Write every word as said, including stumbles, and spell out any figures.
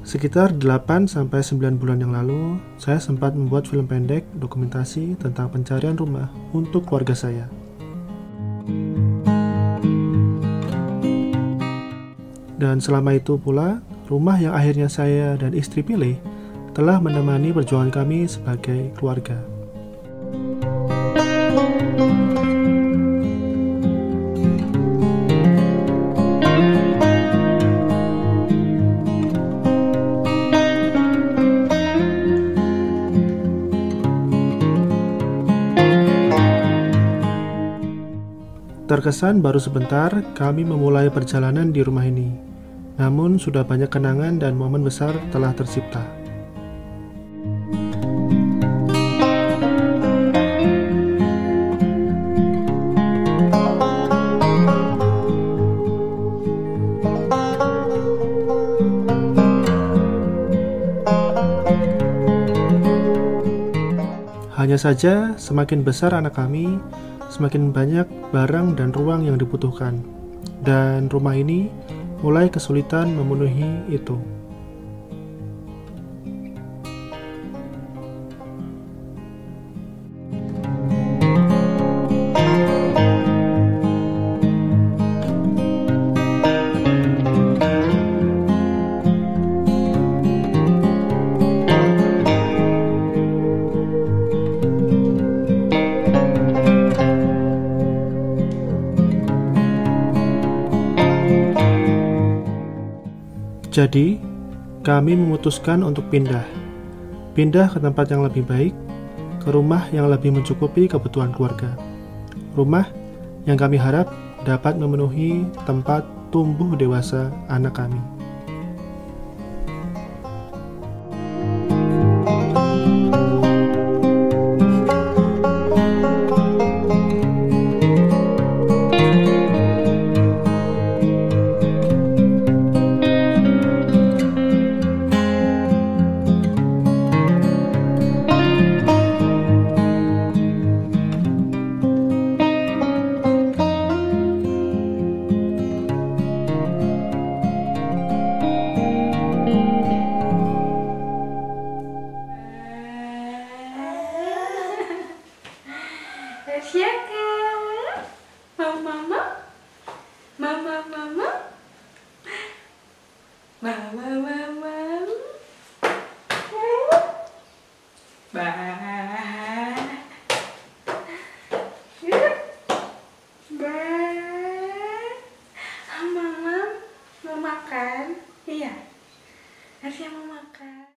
Sekitar delapan sampai sembilan bulan yang lalu, saya sempat membuat film pendek dokumentasi tentang pencarian rumah untuk keluarga saya. Dan selama itu pula, rumah yang akhirnya saya dan istri pilih telah menemani perjuangan kami sebagai keluarga. Terkesan baru sebentar kami memulai perjalanan di rumah ini, namun sudah banyak kenangan dan momen besar telah tercipta. Hanya saja, semakin besar anak kami, semakin banyak barang dan ruang yang dibutuhkan, dan rumah ini mulai kesulitan memenuhi itu. Jadi, kami memutuskan untuk pindah. Pindah ke tempat yang lebih baik, ke rumah yang lebih mencukupi kebutuhan keluarga. Rumah yang kami harap dapat memenuhi tempat tumbuh dewasa anak kami. Siapa? Mama, mama, mama, mama, mama, mama, ba, ba, mama, mau makan? Iya, harusnya mau makan.